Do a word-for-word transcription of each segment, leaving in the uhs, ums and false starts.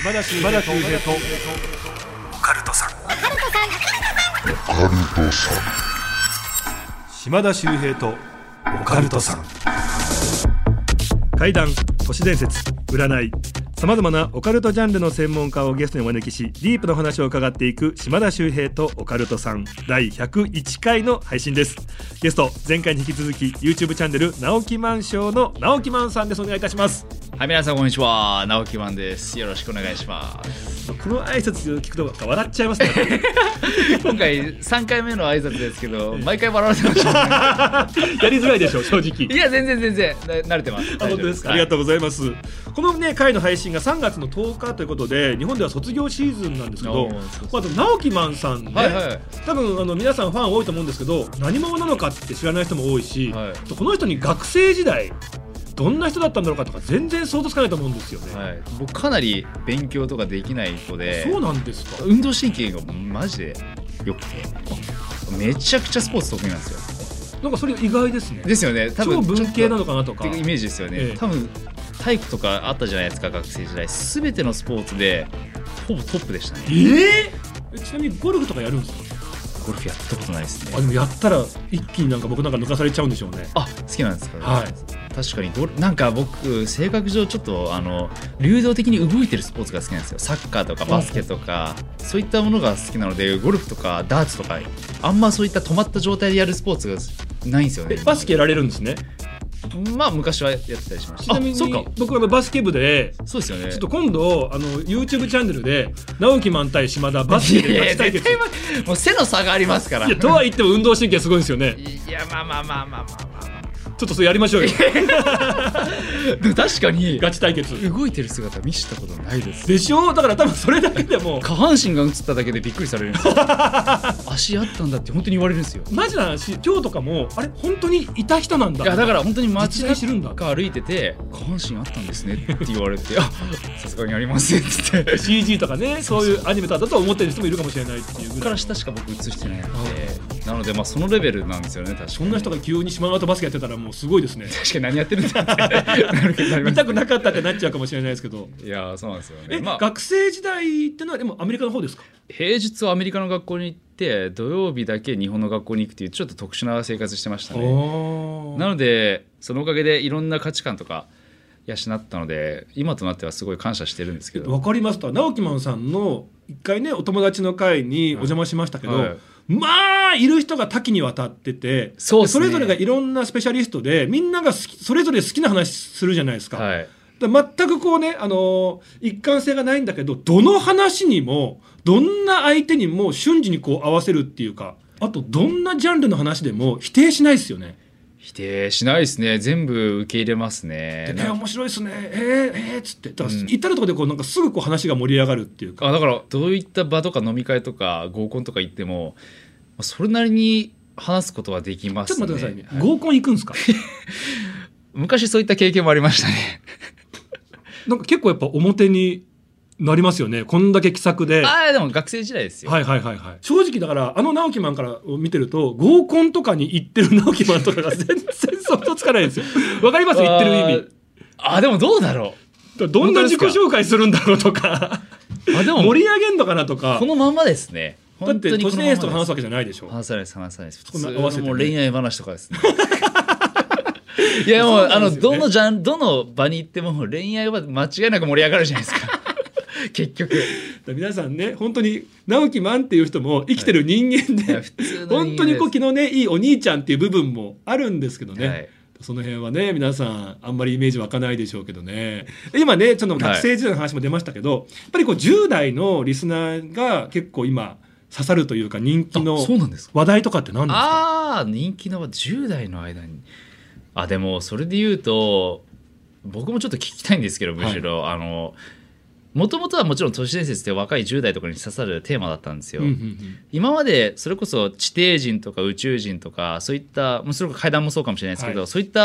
島田秀平とオカルトさん島田秀平とオカルトさん。怪談、都市伝説、占い、さまざまなオカルトジャンルの専門家をゲストにお招きし、ディープな話を伺っていく島田秀平とオカルトさんだいひゃくいちかいの配信です。ゲスト、前回に引き続き YouTube チャンネル直木マンショーの直木マンさんです。お願いいたします。 はい、皆さんこんにちは、直木マンです。よろしくお願いします。 この挨拶聞くと笑っちゃいますね今回さんかいめの挨拶ですけど、毎回笑われてましたやりづらいでしょ正直。 いや全然全然慣れてます。 あ、本当ですか、はい、ありがとうございます。このね回の配信がさんがつのとおかということで、日本では卒業シーズンなんですけど、まず直木マンさんね、はいはい、多分あの皆さんファン多いと思うんですけど、何者なのかって知らない人も多いし、はい、この人に学生時代どんな人だったんだろうかとか全然想像つかないと思うんですよね、はい、 僕かなり勉強とかできない子で。 そうなんですか。 運動神経がマジで良くて、めちゃくちゃスポーツ得意なんですよ。 なんかそれ意外ですね。 ですよね。多分超文系なのかなとかってイメージですよね、ええ、多分体育とかあったじゃないですか、学生時代。全てのスポーツでほぼトップでしたね。 えー、ちなみにゴルフとかやるんですか？ ゴルフやったことないですね。 あ、でもやったら一気になんか僕なんか抜かされちゃうんでしょうね。 あ、好きなんですか、ね、 はい。 確かにどなんか僕性格上ちょっとあの流動的に動いてるスポーツが好きなんですよ。サッカーとかバスケとか、うん、そういったものが好きなので、ゴルフとかダーツとかあんまそういった止まった状態でやるスポーツがないんですよね。 バスケやられるんですね。 まあ昔はやってたりしました。 ちなみに僕はバスケ部で、 そうですよね。 ちょっと今度あの YouTube チャンネルで直木マン対島田バスケで勝ち対決。 もう背の差がありますから。 いやとは言っても運動神経すごいんですよね。 いやまあまあまあまあまあまあちょっとそれやりましょうよでも確かにガチ対決動いてる姿見せたことないですでしょ。だから多分それだけでも下半身が映っただけでびっくりされるんですよ足あったんだって本当に言われるんですよ。 マジな話、今日とかもあれ本当にいた人なんだ。 いやだから本当に街中歩いてて下半身あったんですねって言われてあ、さすがにありませんってって シージー とかね、そういうアニメとかだと思ってる人もいるかもしれないっていう。 ここから下しか僕映してないので、なのでまあそのレベルなんですよね。確かにそんな人が急に島田バスケやってたらもうすごいですね。 確かに何やってるんだって見たくなかったってなっちゃうかもしれないですけど。 いやそうなんですよね。 え、 まあ、 学生時代ってのはでもアメリカの方ですか？ 平日はアメリカの学校に行って土曜日だけ日本の学校に行くっていうちょっと特殊な生活してましたね。なのでそのおかげでいろんな価値観とか養ったので、今となってはすごい感謝してるんですけど。 わかりますと、直木マンさんの一回ねお友達の会にお邪魔しましたけど、はいはい、まあいる人が多岐にわたってて、 そうですね、それぞれがいろんなスペシャリストでみんなが好きそれぞれ好きな話するじゃないですか、はい、だ全くこうね、あのー、一貫性がないんだけど、どの話にもどんな相手にも瞬時にこう合わせるっていうか、あとどんなジャンルの話でも否定しないですよね。 否定しないですね。全部受け入れますね。 で、ね、面白いですね、えー、えー、っつってだから、うん、至るところでこうなんかすぐこう話が盛り上がるっていうか。 あ、だからどういった場とか飲み会とか合コンとか行ってもそれなりに話すことはできますね。 ちょっと待ってくださいね、はい、合コン行くんですか？ 昔そういった経験もありましたねなんか結構やっぱ表になりますよね、こんだけ気さくで。 ああ、でも学生時代ですよ。 はいはいはいはい。正直だからあの直木マンから見てると合コンとかに行ってる直木マンとかが全然想像つかないんですよ。わかります？言ってる意味。 ああ、でもどうだろう。どんな自己紹介するんだろうとかあ、でも盛り上げんのかなとか。 このまんまですね。 だって都市伝説とか話すわけじゃないでしょ。 話さないです話さないです。普通合わせて、ね、 もう恋愛話とかですねいやもう、ね、あのどのジャンどの場に行っても恋愛は間違いなく盛り上がるじゃないですか結局皆さんね、本当に直木マンっていう人も生きてる人間で、はい、本当にこう気のねいいお兄ちゃんっていう部分もあるんですけどね、はい、その辺はね皆さんあんまりイメージ湧かないでしょうけどね。今ねちょっと学生時代の話も出ましたけど、はい、やっぱりこうじゅう代のリスナーが結構今刺さるというか人気の話題とかって何ですか？ ああ、人気のじゅう代の間に。あ、でもそれで言うと僕もちょっと聞きたいんですけど、むしろ、はい、あのもともとはもちろん都市伝説って若いじゅう代とかに刺さるテーマだったんですよ、うんうんうん、今までそれこそ地底人とか宇宙人とかそういった、それこそ怪談もそうかもしれないですけど、はい、そういった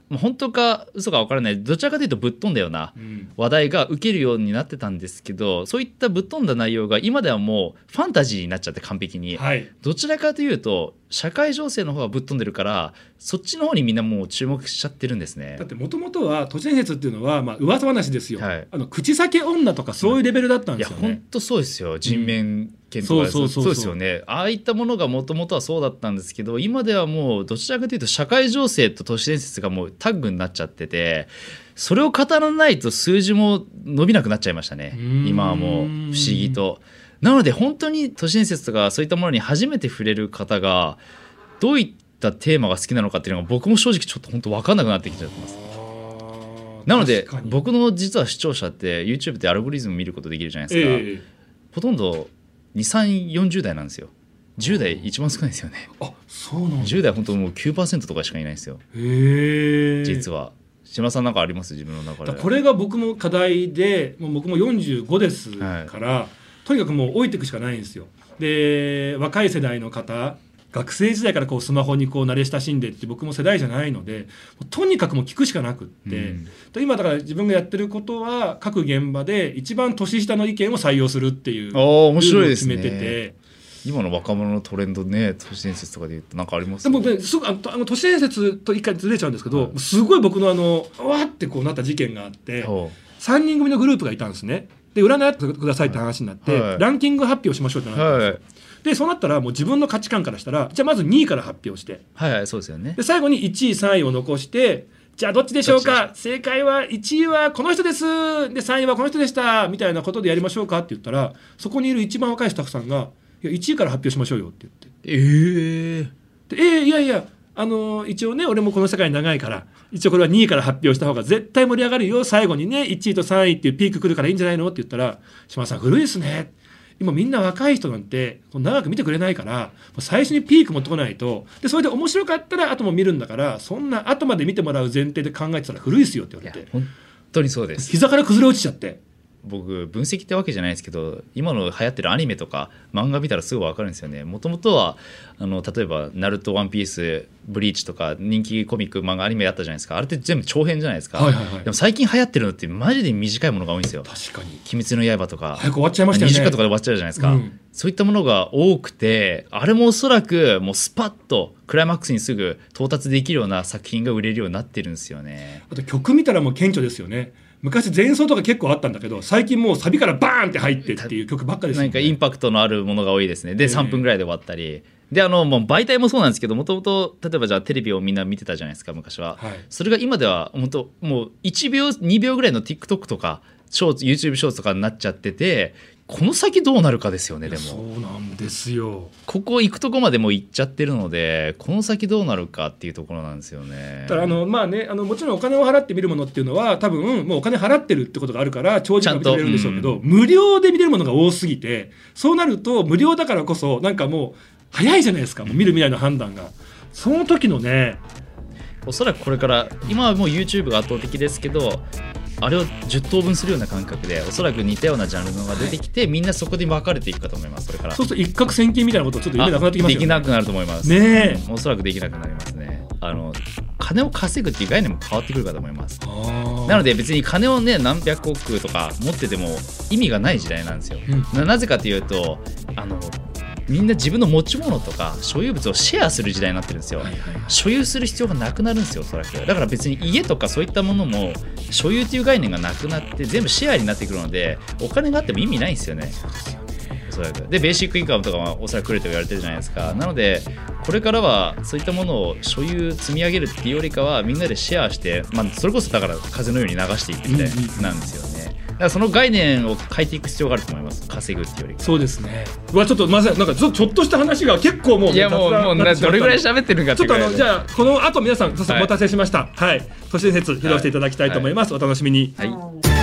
もう本当か嘘か分からない、どちらかというとぶっ飛んだような話題が受けるようになってたんですけど、そういったぶっ飛んだ内容が今ではもうファンタジーになっちゃって完璧に、 はい、 どちらかというと社会情勢の方がぶっ飛んでるからそっちの方にみんなもう注目しちゃってるんですね。 だってもともとは都市伝説っていうのはまあ噂話ですよ、 はい、 あの口裂け女とかそういうレベルだったんですよね。 いや本当そうですよ、人面犬とか、そうですよね。ああいったものがもともとはそうだったんですけど、今ではもうどちらかというと社会情勢と都市伝説がもうタッグになっちゃってて、それを語らないと数字も伸びなくなっちゃいましたね。今はもう不思議と。なので本当に都市伝説とかそういったものに初めて触れる方がどういったテーマが好きなのかっていうのが僕も正直ちょっと本当分かんなくなってきちゃってます。なので僕の実は視聴者って YouTube ってアルゴリズム見ることできるじゃないですか、えー、ほとんどにじゅうさん、よんじゅう代なんですよ。じゅう代一番少ないですよね。 あ、そうなんだ。 じゅう代本当もう きゅうパーセント とかしかいないんですよ。 へー。 実は島さんなんかあります？自分の中で。 これが僕も課題で、もう僕もよんじゅうごですから、はい、とにかくもう置いていくしかないんですよ。で若い世代の方、学生時代からこうスマホにこう慣れ親しんでって僕も世代じゃないので、とにかくもう聞くしかなくって、うん、で今だから自分がやってることは各現場で一番年下の意見を採用するっていうルールを決めてて、 今の若者のトレンドね、都市伝説とかで言うと何かあります？ でもね、すごくあのあの都市伝説と一回ずれちゃうんですけど、はい、すごい僕のあのわーってこうなった事件があって、さんにん組のグループがいたんですね。で占ってくださいって話になって、はい、ランキング発表しましょうってなったんですよ、はい、でそうなったらもう自分の価値観からしたら、じゃあまずにいから発表して、 はいはい、そうですよね。 で最後にいちいさんいを残して、じゃあどっちでしょうか、正解はいちいはこの人ですでさんいはこの人でしたみたいなことでやりましょうかって言ったら、そこにいる一番若いスタッフさんが、いやいちいから発表しましょうよって言って、 えー、 でえー、いやいやあの一応ね、俺もこの世界長いから一応これはにいから発表した方が絶対盛り上がるよ、最後にねいちいとさんいっていうピーク来るからいいんじゃないのって言ったら、島田さん古いですね、今みんな若い人なんて長く見てくれないから最初にピーク持ってこないと、でそれで面白かったら後も見るんだから、そんな後まで見てもらう前提で考えてたら古いですよって言われて、 本当にそうです。 膝から崩れ落ちちゃって、 僕分析ってわけじゃないですけど、今の流行ってるアニメとか漫画見たらすぐ分かるんですよね。もともとはあの例えばナルト、ワンピース、ブリーチとか人気コミック漫画アニメあったじゃないですか。あれって全部長編じゃないですか、はいはいはい、でも最近流行ってるのってマジで短いものが多いんですよ。 確かに鬼滅の刃とか早く終わっちゃいましたよね。 にじかんとかで終わっちゃうじゃないですか、うん、そういったものが多くて、あれもおそらくもうスパッとクライマックスにすぐ到達できるような作品が売れるようになってるんですよね。 あと曲見たらもう顕著ですよね。昔前奏とか結構あったんだけど、最近もうサビからバーンって入ってっていう曲ばっかりですよね。 なんかインパクトのあるものが多いですね。でさんぷんぐらいで終わったりで、あのもう媒体もそうなんですけど、もともと例えばじゃあテレビをみんな見てたじゃないですか昔は、はい、それが今では本当もういちびょうにびょうぐらいの TikTok とかショーツ YouTube ショーツとかになっちゃってて、この先どうなるかですよね。でもそうなんですよ。 ここ行くとこまでもう行っちゃってるので、この先どうなるかっていうところなんですよね。 だからあのまあね、あのもちろんお金を払って見るものっていうのは多分もうお金払ってるってことがあるから長時間見てくれるんでしょうけど、うん、無料で見れるものが多すぎて、そうなると無料だからこそなんかもう早いじゃないですか、もう見る未来の判断が。その時のね、 おそらくこれから今はもう YouTube が圧倒的ですけど、あれをじゅっとうぶんするような感覚でおそらく似たようなジャンルのが出てきて、はい、みんなそこで分かれていくかと思います。それからそうすると一攫千金みたいなことちょっと夢なくなってきますよね。 できなくなると思いますねえ、 おそらくできなくなりますね。あの金を稼ぐっていう概念も変わってくるかと思います。なので別に金をね何百億とか持ってても意味がない時代なんですよ、うん、な, なぜかというとあのみんな自分の持ち物とか所有物をシェアする時代になってるんですよ、はいはいはい、所有する必要がなくなるんですよおそらく。だから別に家とかそういったものも所有という概念がなくなって全部シェアになってくるので、お金があっても意味ないんですよね。おそらくでベーシックインカムとかはおそらく来ると言われてるじゃないですか。なのでこれからはそういったものを所有積み上げるっていうよりかはみんなでシェアして、まあ、それこそだから風のように流していくみたいなんですよね。だからその概念を変えていく必要があると思います。稼ぐっていうより。 そうですね。うわちょっとまずなんかちょっとした話が結構もう、ね、 いやもうもうなどれぐらい喋ってるんかってちょっとあのじゃあこの後皆さんお待たせしました、はいはい、都市伝説披露していただきたいと思います、はい、お楽しみに、はい、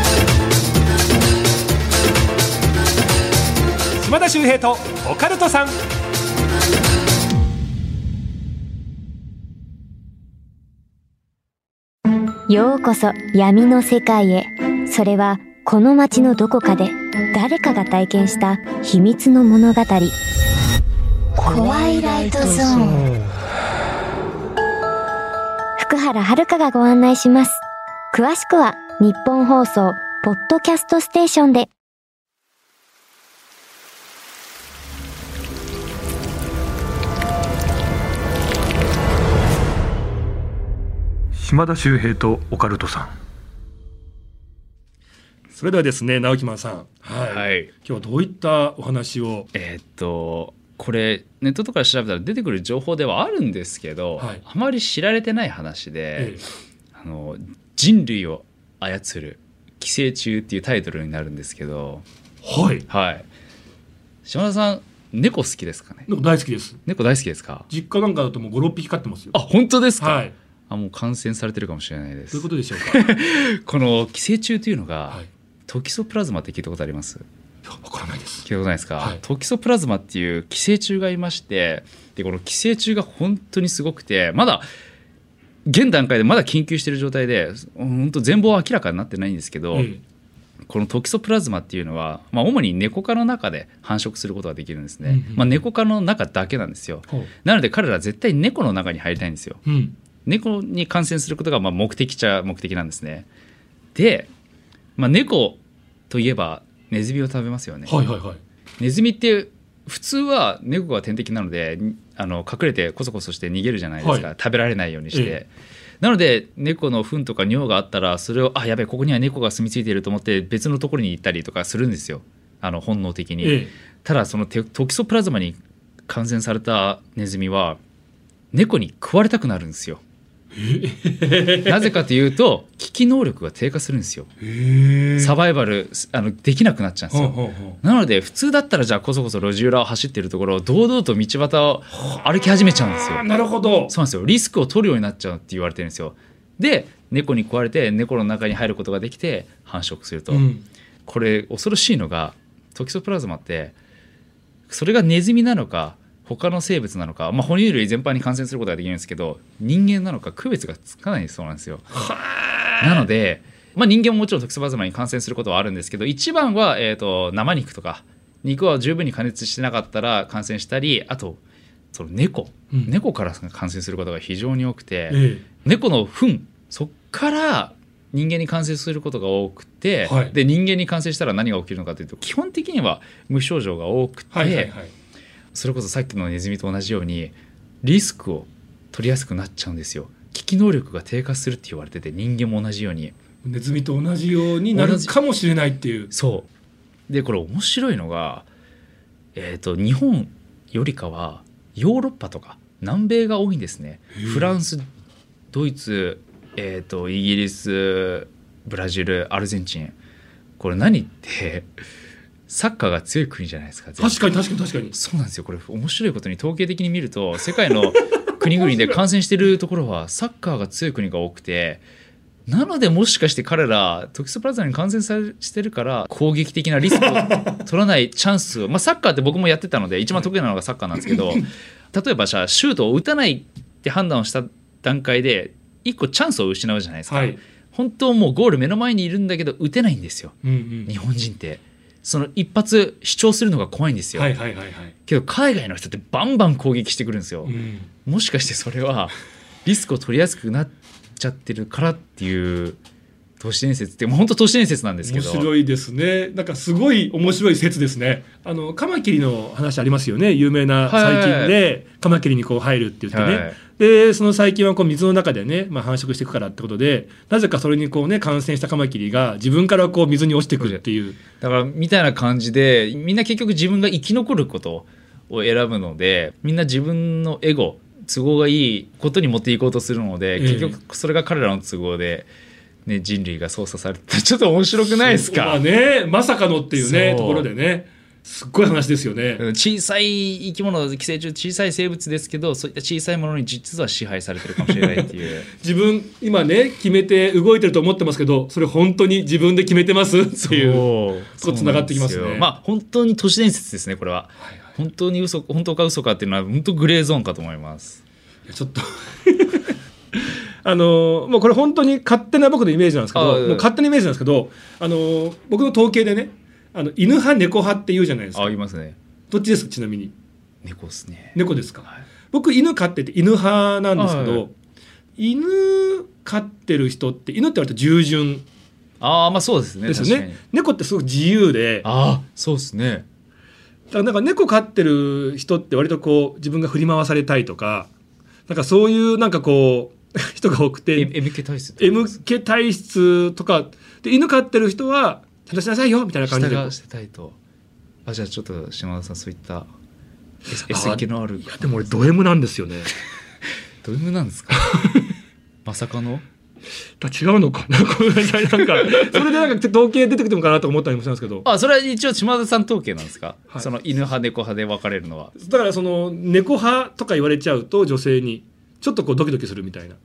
島田秀平とオカルトさん。 ようこそ闇の世界へ。それはこの街のどこかで誰かが体験した秘密の物語。トワイライトゾーン。 福原遥がご案内します。詳しくは日本放送ポッドキャストステーションで。 島田秀平とオカルトさん。それではですね、直木マンさん、はいはい、今日はどういったお話を。 えー、っとこれネットとかで調べたら出てくる情報ではあるんですけど、はい、あまり知られてない話で、ええ、あの人類を操る寄生虫っていうタイトルになるんですけど、 はい、 はい、島田さん猫好きですかね。 猫大好きです。 猫大好きですか。 実家なんかだともうご、ろっぴき飼ってますよ。 あ、本当ですか。 はい、 あ、もう感染されてるかもしれないです。 どういうことでしょうか。 この寄生虫というのが、はい、トキソプラズマって聞いたことあります？ わからないです。 聞いたことないですか、 はい、 トキソプラズマっていう寄生虫がいまして、でこの寄生虫が本当にすごくて、まだ現段階でまだ研究している状態で本当全貌は明らかになってないんですけど、うん、このトキソプラズマっていうのは、まあ、主にネコ科の中で繁殖することができるんですね、うんうん、まあ、ネコ科の中だけなんですよ、うん、なので彼らは絶対猫の中に入りたいんですよ、うん、猫に感染することがまあ目的っちゃ目的なんですね。で、まあ、猫といえばネズミを食べますよね、 はいはいはい、 ネズミって普通は猫が天敵なのであの隠れてコソコソして逃げるじゃないですか、はい、食べられないようにして、ええ、なので猫の糞とか尿があったらそれをあやべえここには猫が住み着いていると思って別のところに行ったりとかするんですよ、あの本能的に、ええ、ただそのトキソプラズマに感染されたネズミは猫に食われたくなるんですよ。なぜかというと危機能力が低下するんですよ。サバイバルあのできなくなっちゃうんですよ。ほうほうほう。なので普通だったらじゃあこそこそ路地裏を走っているところを堂々と道端を歩き始めちゃうんですよ。 なるほど。 そうなんですよ。リスクを取るようになっちゃうって言われてるんですよ。で猫に食われて猫の中に入ることができて繁殖すると、うん、これ恐ろしいのがトキソプラズマってそれがネズミなのか他の生物なのか、まあ、哺乳類全般に感染することができるんですけど人間なのか区別がつかないそうなんですよ。なので、まあ、人間ももちろんトキソプラズマに感染することはあるんですけど一番は、えーと、生肉とか肉は十分に加熱してなかったら感染したり、あとその 猫、うん、猫から感染することが非常に多くて、ええ、猫の糞そっから人間に感染することが多くて、はい、で人間に感染したら何が起きるのかというと基本的には無症状が多くて、はいはいはい、それこそさっきのネズミと同じようにリスクを取りやすくなっちゃうんですよ。危機能力が低下するって言われてて人間も同じようにネズミと同じようになるかもしれないっていう。 そうでこれ面白いのが、えーと、日本よりかはヨーロッパとか南米が多いんですね。フランス、ドイツ、えーと、イギリス、ブラジル、アルゼンチン、これ何ってサッカーが強い国じゃないですか。 確かに確かに確かにそうなんですよ。これ面白いことに統計的に見ると世界の国々で感染しているところはサッカーが強い国が多くて、なのでもしかして彼らトキソプラズマに感染されしてるから攻撃的なリスクを取らないチャンスをまあサッカーって僕もやってたので一番得意なのがサッカーなんですけど例えばじゃあシュートを打たないって判断をした段階で一個チャンスを失うじゃないですか、はい、本当もうゴール目の前にいるんだけど打てないんですよ、うんうん、日本人ってその一発主張するのが怖いんですよ、 はいはいはいはい、 けど海外の人ってバンバン攻撃してくるんですよ、うん、もしかしてそれはリスクを取りやすくなっちゃってるからっていう都市伝説って本当都市伝説なんですけど面白いですね。なんかすごい面白い説ですね。あのカマキリの話ありますよね。有名な細菌でカマキリにこう入るって言ってね、はい、でその細菌はこう水の中でね、まあ、繁殖していくからってことでなぜかそれにこう、ね、感染したカマキリが自分からこう水に落ちてくるっていうだからみたいな感じでみんな結局自分が生き残ることを選ぶのでみんな自分のエゴ都合がいいことに持っていこうとするので、結局それが彼らの都合で、ね、人類が操作されてちょっと面白くないですか。 まあね、まさかのっていうねところでねすっごい話ですよね。 小さい生き物寄生虫小さい生物ですけどそういった小さいものに実は支配されてるかもしれないっていう自分今ね決めて動いてると思ってますけどそれ本当に自分で決めてますっていうとつながってきますね。 まあ本当に都市伝説ですねこれは、はいはい、本当に嘘本当か嘘かっていうのは本当グレーゾーンかと思います。 いやちょっとあのもうこれ本当に勝手な僕のイメージなんですけどもう勝手なイメージなんですけどあの僕の統計でねあの犬派猫派って言うじゃないですか。 あいますね。 どっちですかちなみに。 猫ですね。 猫ですか、はい、僕犬飼ってて犬派なんですけど、はい、 犬飼ってる人って犬って割と従順ああまあそうですねですよね。猫ってすごく自由で、 ああそうですね。 だからなんか猫飼ってる人って割とこう自分が振り回されたいとかなんかそういうなんかこう人が多くてエムケ 体質エムケ 体質とかで犬飼ってる人はちゃんとしなさいよみたいな感じで従してたいと。あじゃあちょっと島田さんそういった S 気のある。 いやでも俺ド M なんですよね。 ド M なんですかまさかのだ違うのかななんかそれでなんか統計出てくるのかなと思ったりもしたんですけど。 あそれは一応島田さん統計なんですか、 はい、 その犬派猫派で分かれるのは。 だからその猫派とか言われちゃうと女性にちょっとこうドキドキするみたいな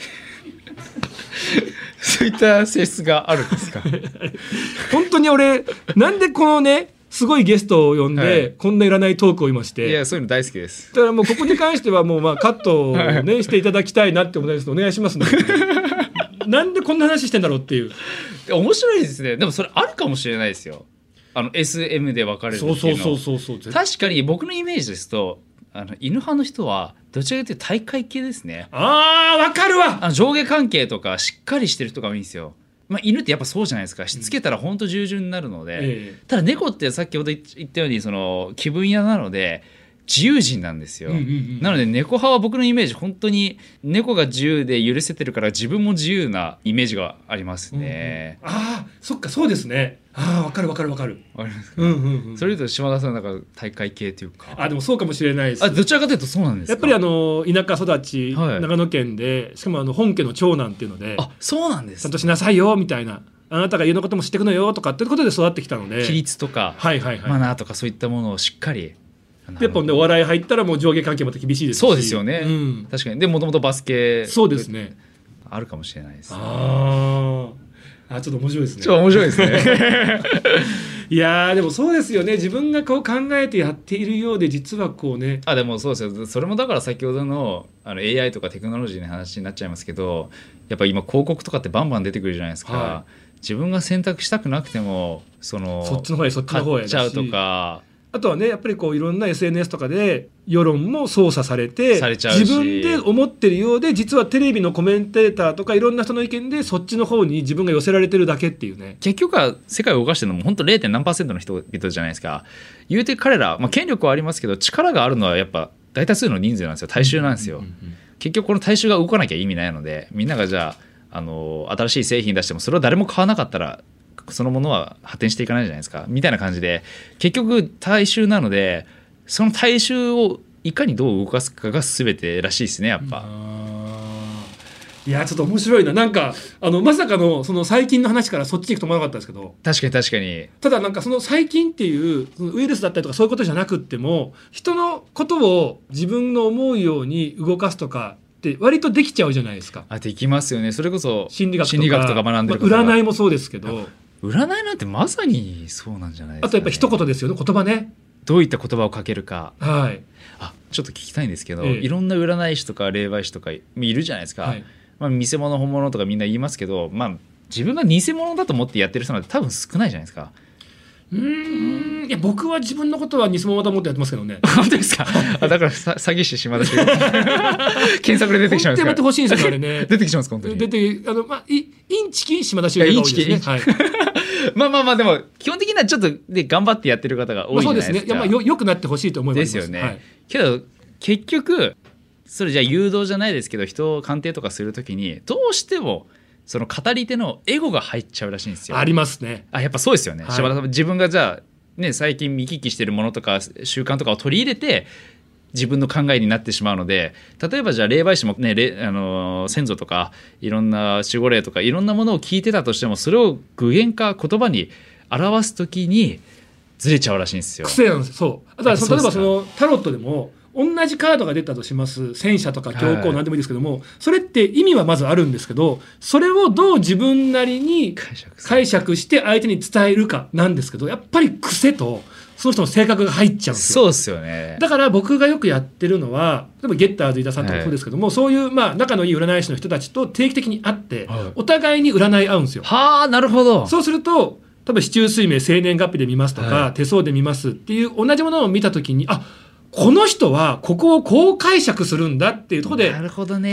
そういった性質があるんですか本当に俺なんでこのねすごいゲストを呼んで、はい、こんな占いトークを今して。 いやそういうの大好きです。 だからもうここに関してはもうまあカットを、ねはい、していただきたいなって思いますのでお願いしますねなんでこんな話してんだろうっていう。 面白いですね。でもそれあるかもしれないですよ。あの エスエム で分かれるっていうの。 そうそうそうそうそう。 確かに僕のイメージですとあの犬派の人はどちらかというと大会系ですね。 あーわかるわ。 あの上下関係とかしっかりしてる人が多いんですよ。まあ、犬ってやっぱそうじゃないですか。しつけたら本当従順になるので、うんええ、ただ猫って先ほど言ったようにその気分屋なので自由人なんですよ、うんうんうん、なので猫派は僕のイメージ本当に猫が自由で許せてるから自分も自由なイメージがありますね、 うんうん、ああそっかそうですね。ああ分かる分かる分かる分かりますか、うんうんうん、それと島田さんなんか大会系というか。 あでもそうかもしれないです。 あどちらかというとそうなんですか。 やっぱりあの田舎育ち、はい、長野県でしかもあの本家の長男っていうのであそうなんです、ね、 ちゃんとしなさいよみたいなあなたが家のことも知っていくのよとかっていうことで育ってきたので規律とか、 はいはいはい、 マナーとかそういったものをしっかり。 やっぱ、ね、お笑い入ったらもう上下関係また厳しいですし。 そうですよね、 うん、 確かに。でもともとバスケそうですねあるかもしれないです、ね、 ああちょっと面白いですね。 ちょっと面白いですねいやでもそうですよね。自分がこう考えてやっているようで実はこうね。 あでもそうですよ。それもだから先ほど の, あの エーアイ とかテクノロジーの話になっちゃいますけどやっぱ今広告とかってバンバン出てくるじゃないですか、はい、自分が選択したくなくてもそのそっちの方へそっちの方へ買っちゃうとか。 あとはねやっぱりこういろんな エスエヌエス とかで世論も操作されてされちゃうし自分で思ってるようで実はテレビのコメンテーターとかいろんな人の意見でそっちの方に自分が寄せられてるだけっていうね。 結局は世界を動かしてるのも本当 ゼロ. 何パーセントの人々じゃないですか。言うて彼ら、まあ、権力はありますけど力があるのはやっぱ大多数の人数なんですよ。大衆なんですよ、うんうんうんうん、結局この大衆が動かなきゃ意味ないのでみんながじゃあ、あの新しい製品出してもそれを誰も買わなかったらそのものは発展していかないじゃないですかみたいな感じで結局大衆なのでその大衆をいかにどう動かすかが全てらしいですねやっぱ。 あいやちょっと面白いな。なんかあのまさかのその最近の話からそっちに行くと思わなかったんですけど。 確かに確かに。 ただなんかその最近っていうそのウイルスだったりとかそういうことじゃなくっても人のことを自分の思うように動かすとかって割とできちゃうじゃないですか。 あできますよね。それこそ心理学とか、 心理学とか学んでる方が、まあ、占いもそうですけど占いなんてまさにそうなんじゃないですか、ね、 あとやっぱ一言ですよね。言葉ね。 どういった言葉をかけるか、 はい、 あちょっと聞きたいんですけど、 ええ、 いろんな占い師とか霊媒師とかいるじゃないですか、はいまあ、偽物本物とかみんな言いますけど、まあ、自分が偽物だと思ってやってる人なんて多分少ないじゃないですか。 うーんいや僕は自分のことは偽物だと思ってやってますけどね。 本当ですかあだから詐欺師島田氏検索で出てきちゃうんですか。 本当やめてほしいんですよあれね出てきちゃうんですか本当に。 出てあの、まあ、インチキ島田氏が多いですね。はいまあまあまあでも基本的にはちょっとで頑張ってやってる方が多いじゃないですか。まあ、そうですね。いやまあよよくなってほしいと思います。 ですよね、 はい、 けど結局それじゃあ誘導じゃないですけど人を鑑定とかするときにどうしてもその語り手のエゴが入っちゃうらしいんですよ。 ありますね。 あやっぱそうですよね、はい、島田さん自分がじゃあ、ね、最近見聞きしてるものとか習慣とかを取り入れて自分の考えになってしまうので例えばじゃあ霊媒師もねあの先祖とかいろんな守護霊とかいろんなものを聞いてたとしてもそれを具現化言葉に表すときにずれちゃうらしいんですよ。 癖なんです。そうだから例えばそのタロットでも同じカードが出たとします。戦車とか教皇なんでもいいですけども、はい、それって意味はまずあるんですけどそれをどう自分なりに解釈して相手に伝えるかなんですけどやっぱり癖とその人の性格が入っちゃうんですよ。 そうですよね。 だから僕がよくやってるのは例えばゲッターズ飯田さんとかそうですけども、はい、そういうまあ仲のいい占い師の人たちと定期的に会って、はい、お互いに占い合うんですよ。 はあなるほど。 そうすると多分四柱推命生年月日で見ますとか、はい、手相で見ますっていう同じものを見たときにあこの人はここをこう解釈するんだっていうところでなるほどね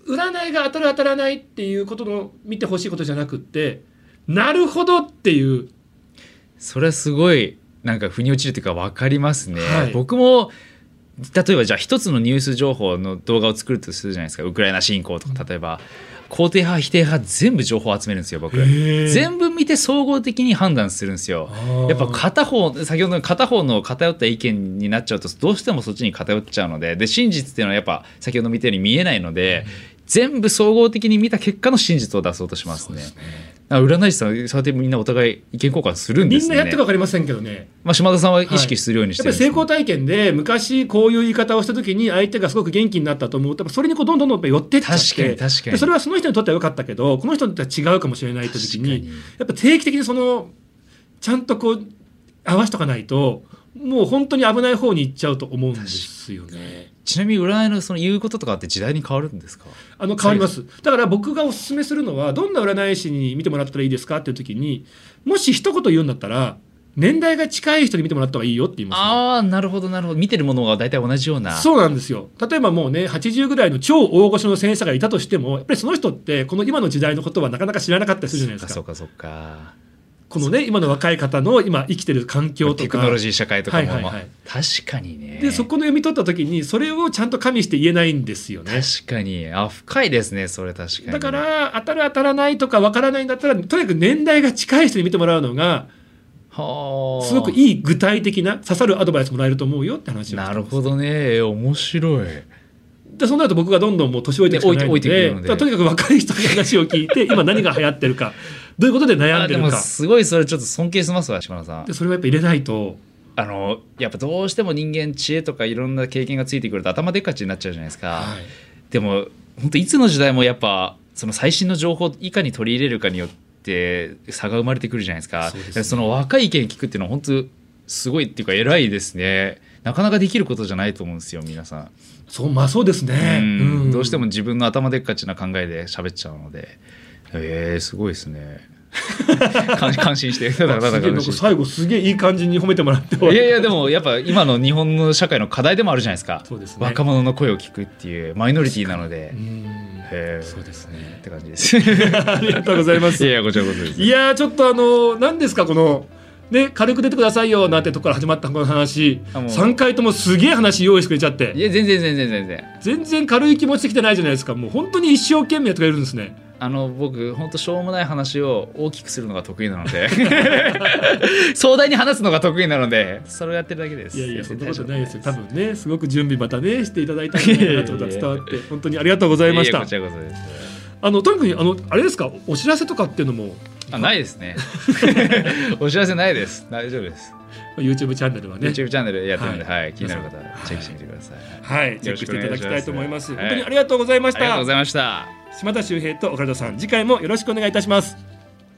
占いが当たる当たらないっていうことの見てほしいことじゃなくって、なるほどっていう、 それはすごいなんか腑に落ちるというか分かりますね、 はい、 僕も例えばじゃあ一つのニュース情報の動画を作るとするじゃないですか。ウクライナ侵攻とか、例えば肯定派否定派全部情報を集めるんですよ僕。全部見て総合的に判断するんですよ。やっぱ片方、先ほどの片方の偏った意見になっちゃうとどうしてもそっちに偏っちゃうので、で真実っていうのはやっぱ先ほど見たように見えないので、全部総合的に見た結果の真実を出そうとしますね。そうですね。占い師さんそうやってみんなお互い意見交換するんですね。 みんなやってるか分かりませんけどね、 まあ、島田さんは意識するようにしてるんです、ね、 はい、やっぱり成功体験で昔こういう言い方をした時に相手がすごく元気になったと思うと、それにこうどんどんどんどん寄ってっちゃって、 確かに確かに、 でそれはその人にとっては良かったけどこの人にとっては違うかもしれないって時に、やっぱ定期的にそのちゃんとこう合わせとかないともう本当に危ない方に行っちゃうと思うんですよね。 ちなみに占いのその言うこととかって時代に変わるんですか？ あの変わります。だから僕がおすすめするのは、どんな占い師に見てもらったらいいですかっていう時に、もし一言言うんだったら年代が近い人に見てもらった方がいいよって言います、ね、 ああ、なるほどなるほど。見てるものが大体同じような。 そうなんですよ。例えばもうねはちじゅうぐらいの超大御所の先生がいたとしても、やっぱりその人ってこの今の時代のことはなかなか知らなかったりするじゃないですか。 そうかそうかそうか。 このね今の若い方の今生きてる環境とかテクノロジー社会とかも、 はいはいはい、 確かにね。 でそこの読み取った時にそれをちゃんと加味して言えないんですよね。 確かに。あ、深いですねそれ。確かに。 だから当たる当たらないとかわからないんだったら、とにかく年代が近い人に見てもらうのがはすごくいい具体的な刺さるアドバイスもらえると思うよって話をしてます。 なるほどね。面白い。 でそうなると僕がどんどんもう年老いていくしかないの で, で, のでとにかく若い人の話を聞いて今何が流行ってるかどういうことで悩んでるか。 でもすごいそれちょっと尊敬しますわ島田さん。 でそれはやっぱ入れないと、 あのやっぱどうしても人間知恵とかいろんな経験がついてくると頭でっかちになっちゃうじゃないですか、はい、でも本当いつの時代もやっぱその最新の情報をいかに取り入れるかによって差が生まれてくるじゃないですか。 そうですね。その若い意見聞くっていうのは本当すごいっていうか偉いですね。なかなかできることじゃないと思うんですよ皆さん。 そうまあそうですね、 うんうん、 どうしても自分の頭でっかちな考えで喋っちゃうので、えー、すごいですね感心してただただ感心して最後すげえいい感じに褒めてもらって、 いやいやでもやっぱ今の日本の社会の課題でもあるじゃないですか。 そうですね、 若者の声を聞くっていうマイノリティなので、うん、 へそうですねって感じですありがとうございます。 いやいやこちらこそです。 いやちょっとあの何ですかこのね、軽く出てくださいよなんてとこから始まったこの話さんかいともすげえ話用意してくれちゃって、 いや全然全然全然全然軽い気持ちできてないじゃないですか。もう本当に一生懸命やってくれるんですね。 あの僕本当しょうもない話を大きくするのが得意なので壮大に話すのが得意なのでそれをやってるだけです。 いやいやそんなことないですよ。多分ねすごく準備またねしていただいたんじゃないかなということが伝わって本当にありがとうございました。 いやいやこちらこそです。 あのとにかくあのあれですかお知らせとかっていうのもあないですねお知らせないです。大丈夫です。 YouTube チャンネルはね YouTube チャンネルやってるんで、はいはい、気になる方はチェックしてみてください。 はい、はい、チェックしていただきたいと思います。 はい、 本当にありがとうございました。 ありがとうございました。 島田秀平と岡田さん次回もよろしくお願いいたします。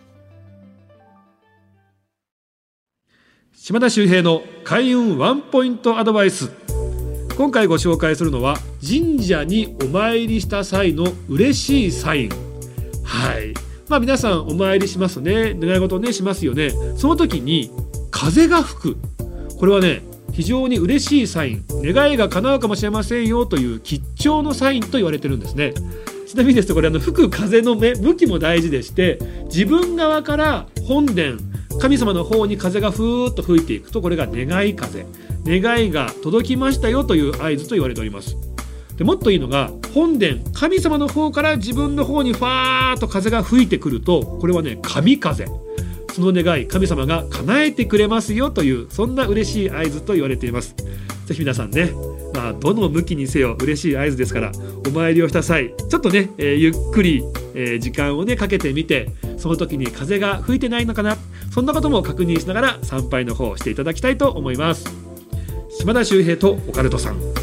島田秀平の開運ワンポイントアドバイス。今回ご紹介するのは神社にお参りした際の嬉しいサイン。はい、まあ皆さんお参りしますね。願い事をねしますよね。その時に風が吹く、これはね非常に嬉しいサイン、願いが叶うかもしれませんよという吉兆のサインと言われてるんですね。ちなみにですとこれあの吹く風の目向きも大事でして、自分側から本殿神様の方に風がふーっと吹いていくとこれが願い風、願いが届きましたよという合図と言われております。でもっといいのが本殿神様の方から自分の方にファーッと風が吹いてくるとこれはね神風、その願い神様が叶えてくれますよというそんな嬉しい合図と言われています。ぜひ皆さんね、まあ、どの向きにせよ嬉しい合図ですからお参りをした際ちょっとね、えー、ゆっくり、えー、時間をねかけてみてその時に風が吹いてないのかな、そんなことも確認しながら参拝の方をしていただきたいと思います。島田秀平とオカルトさん。